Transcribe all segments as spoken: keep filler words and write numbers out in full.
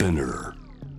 Spinner。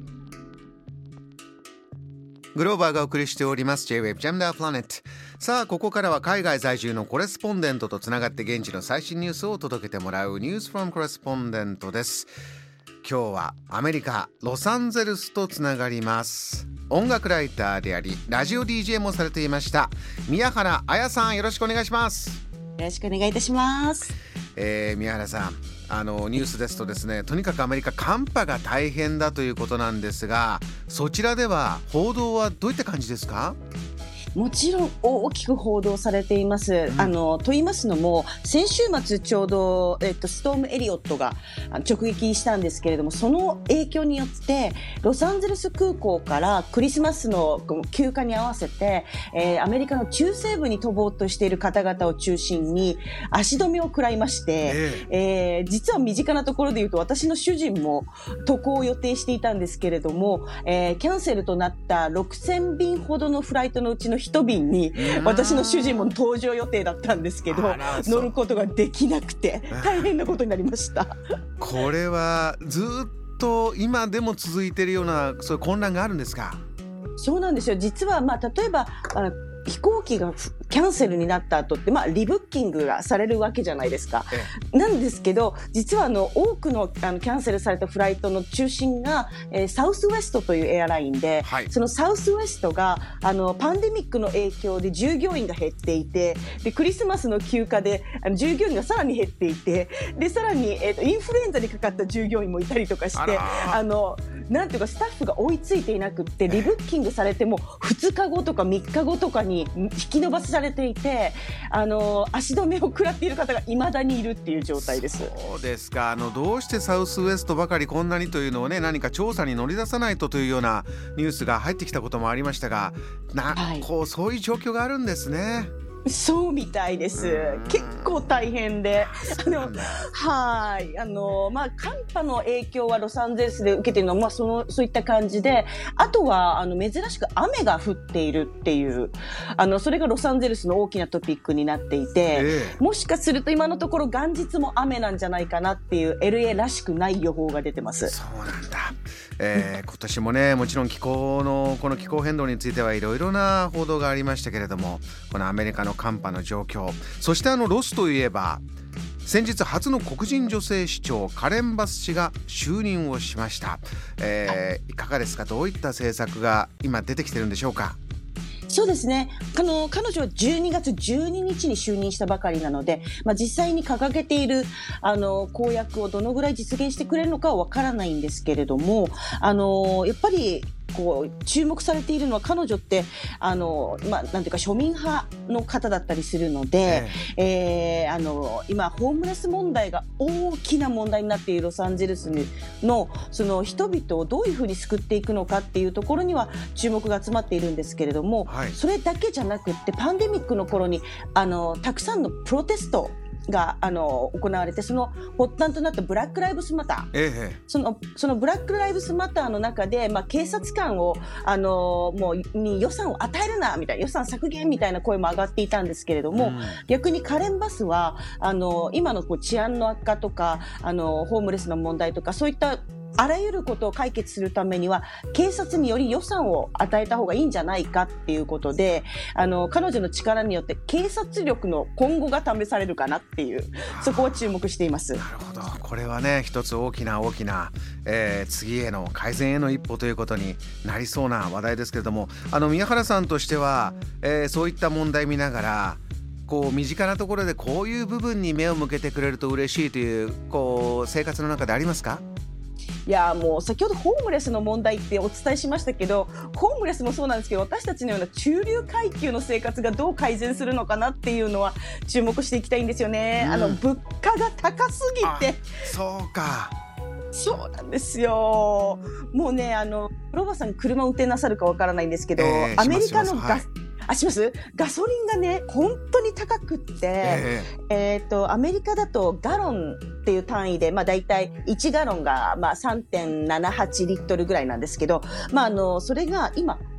グローバーがお送りしております J-Wave Jam the Planet。 さあここからは海外在住のコレスポンデントとつながって現地の最新ニュースを届けてもらう News from Correspondent です。今日はアメリカロサンゼルスとつながります。音楽ライターでありラジオ ディージェー もされていました宮原彩さん、よろしくお願いします。 よろしくお願いいたします。 えー、宮原さん、あのニュースですとですね、とにかくアメリカ寒波が大変だということなんですが、そちらでは報道はどういった感じですか？ もちろん大きく報道されています、うん、あのと言いますのも先週末ちょうど、えっと、ストームエリオットが直撃したんですけれども、その影響によってロサンゼルス空港からクリスマスの休暇に合わせて、えー、アメリカの中西部に飛ぼうとしている方々を中心に足止めを食らいまして、えーえー、実は身近なところで言うと私の主人も渡航を予定していたんですけれども、えー、キャンセルとなったろくせんびんほどのフライトのうちの一便に私の主人も搭乗予定だったんですけど、乗ることができなくて大変なことになりました。 これはずっと今でも続いているようなそういう混乱があるんですか？ そうなんですよ。実は、まあ、例えばあ飛行機がキャンセルになった後って、まあ、リブッキングがされるわけじゃないですか。なんですけど、実はあの多くの、あのキャンセルされたフライトの中心が、えー、サウスウエストというエアラインで、はい、そのサウスウエストがあのパンデミックの影響で従業員が減っていて、でクリスマスの休暇であの従業員がさらに減っていて、でさらに、えーと、インフルエンザにかかった従業員もいたりとかして、あのなんていうかスタッフが追いついていなくって、リブッキングされてもふつかごとかみっかごとかに引き延ばされていて、あの足止めを食らっている方が未だにいるっていう状態です。 そうですか。あのどうしてサウスウエストばかりこんなにというのをね、何か調査に乗り出さないとというようなニュースが入ってきたこともありましたが、な、はい、こうそういう状況があるんですね。 そうみたいです。結構大変で、あのはいあのまあ寒波の影響はロサンゼルスで受けているのは、まあそのそういった感じで、あとはあの珍しく雨が降っているっていう、あのそれがロサンゼルスの大きなトピックになっていて、えー、もしかすると今のところ元日も雨なんじゃないかなっていう エルエー らしくない予報が出てます。 そうなんだ。えー、今年もね、もちろん気候のこの気候変動についてはいろいろな報道がありましたけれども、このアメリカの寒波の状況、そしてあのロスといえば先日初の黒人女性市長カレン・バス氏が就任をしました。えー、いかがですか？どういった政策が今出てきてるんでしょうか？ そうですね。あの彼女はじゅうにがつじゅうににちに就任したばかりなので、まあ、実際に掲げているあの公約をどのぐらい実現してくれるのかはわからないんですけれども、あのやっぱりこう注目されているのは、彼女ってあの、まあ、なんていうか庶民派の方だったりするので、えええー、あの今ホームレス問題が大きな問題になっているロサンゼルスのその人々をどういうふうに救っていくのかっていうところには注目が集まっているんですけれども、はい、それだけじゃなくってパンデミックの頃にあのたくさんのプロテストがあの行われて、その発端となったブラックライブスマター、ええ、そのそのブラックライブスマターの中で、まあ、警察官をあのもうに予算を与えるなみたいな、予算削減みたいな声も上がっていたんですけれども、うん、逆にカレン・バスはあの今のこう治安の悪化とかあのホームレスの問題とか、そういったあらゆることを解決するためには警察により予算を与えた方がいいんじゃないかっていうことで、あの彼女の力によって警察力の今後が試されるかなっていう、そこを注目しています。 なるほど。これはね、一つ大きな大きな、えー、次への改善への一歩ということになりそうな話題ですけれども、あの宮原さんとしては、えー、そういった問題見ながらこう身近なところでこういう部分に目を向けてくれると嬉しいという、こう生活の中でありますか？ いやもう先ほどホームレスの問題ってお伝えしましたけど、ホームレスもそうなんですけど、私たちのような中流階級の生活がどう改善するのかなっていうのは注目していきたいんですよね、うん、あの物価が高すぎて。 そうか。 そうなんですよ。もうね、あのロバさん車運転なさるかわからないんですけど、えー、アメリカのガスあしますガソリンがね本当に高くって、えーえー、とアメリカだとガロンっていう単位で、まあ、だいたいいちガロンが、まあ、さんてんななはちリットルぐらいなんですけど、まあ、あのそれが今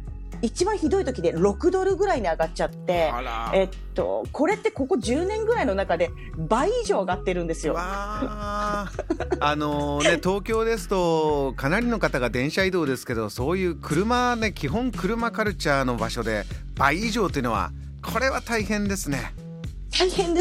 一番ひどい時でろくドルぐらいに上がっちゃって、えっと、これってここじゅうねんぐらいの中で倍以上上がってるんですよ。 わあのね、東京ですとかなりの方が電車移動ですけど、そういう車ね、基本車カルチャーの場所で倍以上というのは、これは大変ですね。 大変です。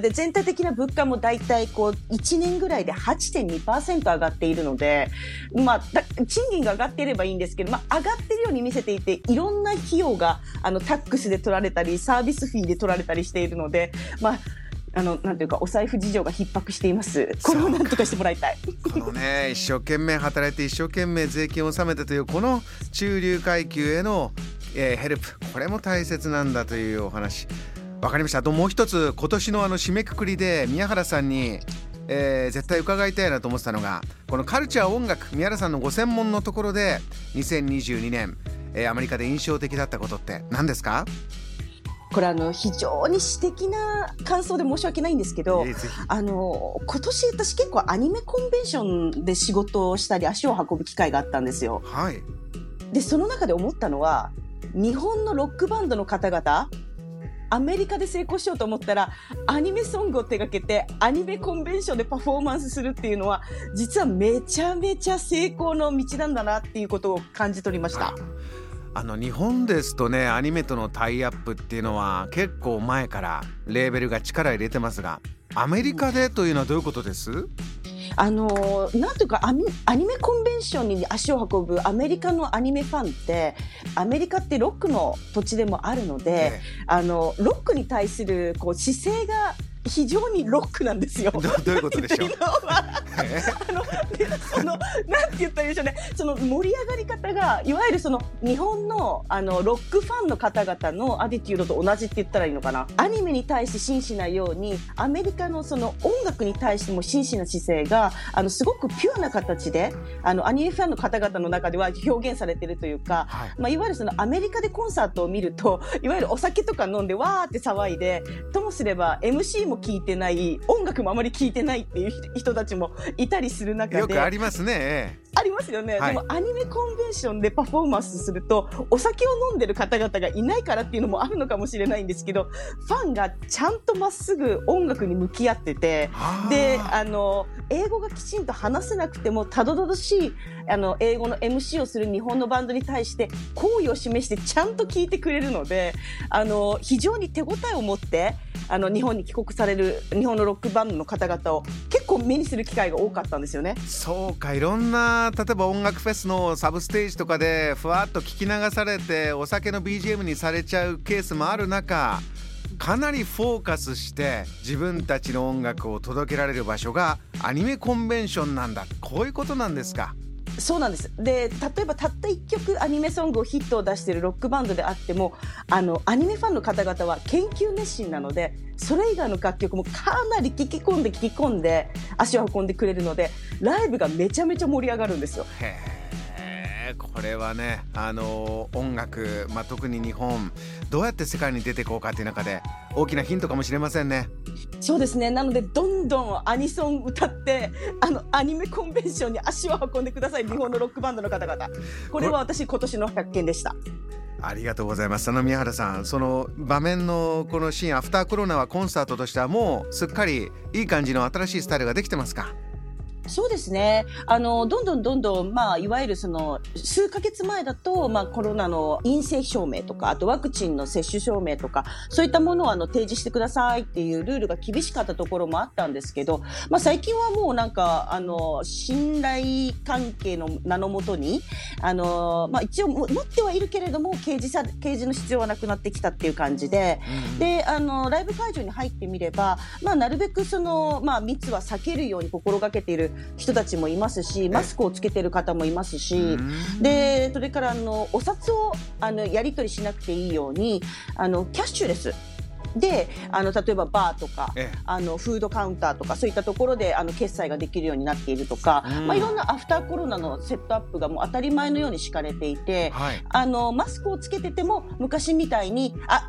で、全体的な物価もだいたいこういちねんぐらいで はちてんにパーセント 上がっているので、まあ、だ賃金が上がっていればいいんですけど、まあ、上がっているように見せていて、いろんな費用があのタックスで取られたりサービスフィーで取られたりしているので、まああのなんていうかお財布事情が逼迫しています。これをなんとかしてもらいたい。 このね、一生懸命働いて一生懸命税金を納めてというこの中流階級への、えー、ヘルプ、これも大切なんだというお話。わかりました。あともう一つ、今年のあの締めくくりで宮原さんに、えー、絶対伺いたいなと思ってたのが、このカルチャー音楽、宮原さんのご専門のところでにせんにじゅうにねん、えー、アメリカで印象的だったことって何ですか？ これあの非常に私的な感想で申し訳ないんですけど、えー、あの今年私結構アニメコンベンションで仕事をしたり足を運ぶ機会があったんですよ。 はい、 でその中で思ったのは、日本のロックバンドの方々、アメリカで成功しようと思ったらアニメソングを手掛けてアニメコンベンションでパフォーマンスするっていうのは、実はめちゃめちゃ成功の道なんだなっていうことを感じ取りました。 あの日本ですとね、アニメとのタイアップっていうのは結構前からレーベルが力入れてますが、アメリカでというのはどういうことです？ あのなんというかアニ、アニメコンベンションに足を運ぶアメリカのアニメファンって、アメリカってロックの土地でもあるので、ええ、あのロックに対するこう姿勢が非常にロックなんですよ。 ど, どういうことでしょう？ あのでそのなんて言ったらいいでしょうね、その盛り上がり方がいわゆるその日本 の, あのロックファンの方々のアティテュードと同じって言ったらいいのかな。アニメに対して真摯なように、アメリカのその音楽に対しても真摯な姿勢があのすごくピュアな形であのアニメファンの方々の中では表現されているというか、はい、まあ、いわゆるそのアメリカでコンサートを見ると、いわゆるお酒とか飲んでわーって騒いで、ともすれば エムシー も聞いてない、音楽もあまり聞いてないっていう人たちもいたりする中で、 よくありますね。 ありますよね、はい、でもアニメコンベンションでパフォーマンスすると、お酒を飲んでる方々がいないからっていうのもあるのかもしれないんですけど、ファンがちゃんとまっすぐ音楽に向き合ってて、であの英語がきちんと話せなくてもたどたどしいあの英語の エムシー をする日本のバンドに対して好意を示してちゃんと聞いてくれるので、あの非常に手応えを持ってあの日本に帰国される日本のロックバンドの方々を結構目にする機会が多かったんですよね。 そうか、いろんな例えば音楽フェスのサブステージとかでふわっと聞き流されてお酒の ビージーエム にされちゃうケースもある中、かなりフォーカスして自分たちの音楽を届けられる場所がアニメコンベンションなんだ、こういうことなんですか？ そうなんです。で、例えばたったいっきょくアニメソングをヒットを出しているロックバンドであっても、あのアニメファンの方々は研究熱心なので、それ以外の楽曲もかなり聴き込んで聴き込んで足を運んでくれるので、ライブがめちゃめちゃ盛り上がるんですよ。 へー、これはね、あの音楽、まあ、特に日本どうやって世界に出ていこうかという中で大きなヒントかもしれませんね。 そうですね。なのでどんどんアニソン歌ってあのアニメコンベンションに足を運んでください、日本のロックバンドの方々。これは私今年の発見でした。 ありがとうございます。その宮原さん、その場面のこのシーン、アフターコロナはコンサートとしてはもうすっかりいい感じの新しいスタイルができてますか？ そうですね。あの、どんどんどんどん、まあ、いわゆるその、数ヶ月前だと、まあ、コロナの陰性証明とか、あとワクチンの接種証明とか、そういったものをあの、提示してくださいっていうルールが厳しかったところもあったんですけど、まあ、最近はもうなんか、あの、信頼関係の名のもとに、あの、まあ、一応持ってはいるけれども、掲示さ、掲示の必要はなくなってきたっていう感じで、うん、で、あの、ライブ会場に入ってみれば、まあ、なるべくその、まあ、密は避けるように心がけている人たちもいますし、マスクをつけてる方もいますし、でそれからあのお札をあのやり取りしなくていいようにあのキャッシュレスであの例えばバーとかあのフードカウンターとかそういったところであの決済ができるようになっているとか、まあ、いろんなアフターコロナのセットアップがもう当たり前のように敷かれていて、はい、あのマスクをつけてても昔みたいにあ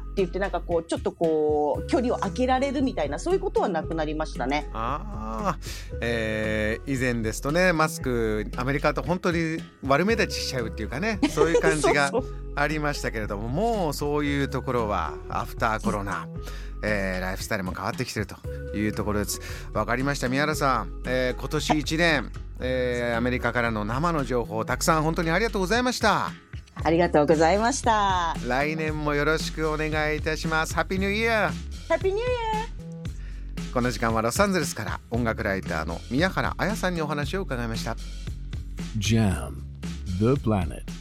言ってなんかこうちょっとこう距離を空けられるみたいなそういうことはなくなりましたね。 あ、えー、以前ですとねマスクアメリカと本当に悪目立ちしちゃうっていうかねそういう感じがありましたけれどももうそういうところはアフターコロナ、えー、ライフスタイルも変わってきてるというところです。わかりました。宮原さん、えー、今年いちねん、えー、アメリカからの生の情報たくさん本当にありがとうございました。 ありがとうございました。 来年もよろしくお願いいたします。ハッピーニューイヤー。 ハッピーニューイヤー。この時間はロサンゼルスから音楽ライターの宮原彩さんにお話を伺いました。 ジャム The Planet